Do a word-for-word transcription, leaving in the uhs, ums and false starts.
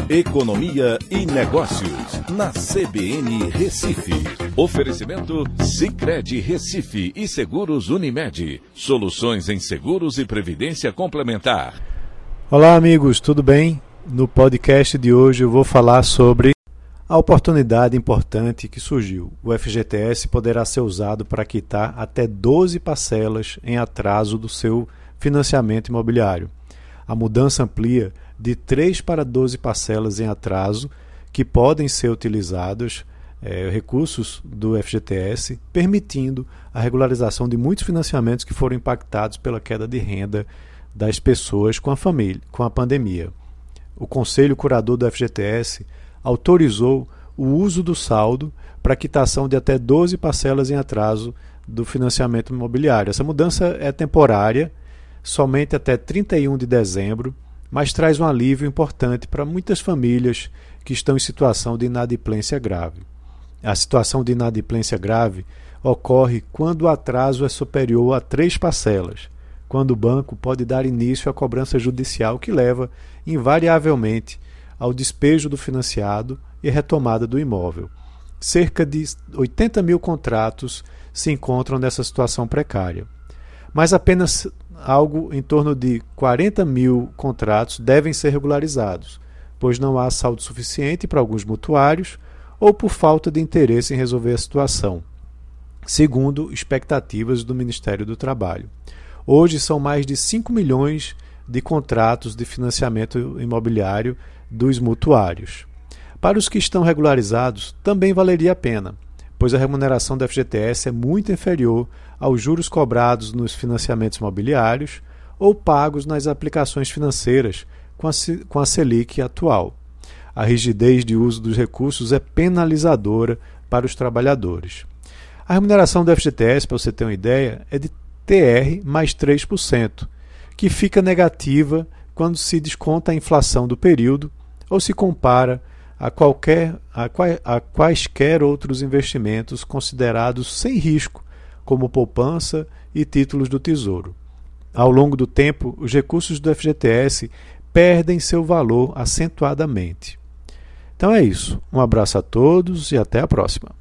Economia e Negócios, na C B N Recife. Oferecimento Sicredi Recife e Seguros Unimed. Soluções em seguros e previdência complementar. Olá amigos, tudo bem? No podcast de hoje eu vou falar sobre a oportunidade importante que surgiu. O F G T S poderá ser usado para quitar até doze parcelas em atraso do seu financiamento imobiliário. A mudança amplia de três para doze parcelas em atraso que podem ser utilizados é, recursos do F G T S, permitindo a regularização de muitos financiamentos que foram impactados pela queda de renda das pessoas com a família, com a pandemia. O Conselho Curador do F G T S autorizou o uso do saldo para quitação de até doze parcelas em atraso do financiamento imobiliário. Essa mudança é temporária, somente até trinta e um de dezembro, mas traz um alívio importante para muitas famílias que estão em situação de inadimplência grave. A situação de inadimplência grave ocorre quando o atraso é superior a três parcelas, quando o banco pode dar início à cobrança judicial que leva, invariavelmente, ao despejo do financiado e retomada do imóvel. Cerca de oitenta mil contratos se encontram nessa situação precária. Mas apenas algo em torno de quarenta mil contratos devem ser regularizados, pois não há saldo suficiente para alguns mutuários ou por falta de interesse em resolver a situação, segundo expectativas do Ministério do Trabalho. Hoje são mais de cinco milhões de contratos de financiamento imobiliário dos mutuários. Para os que estão regularizados, também valeria a pena, pois a remuneração do F G T S é muito inferior aos juros cobrados nos financiamentos imobiliários ou pagos nas aplicações financeiras com a, com a Selic atual. A rigidez de uso dos recursos é penalizadora para os trabalhadores. A remuneração do F G T S, para você ter uma ideia, é de T R mais três por cento, que fica negativa quando se desconta a inflação do período ou se compara a, qualquer, a, a quaisquer outros investimentos considerados sem risco, como poupança e títulos do Tesouro. Ao longo do tempo, os recursos do F G T S perdem seu valor acentuadamente. Então é isso. Um abraço a todos e até a próxima.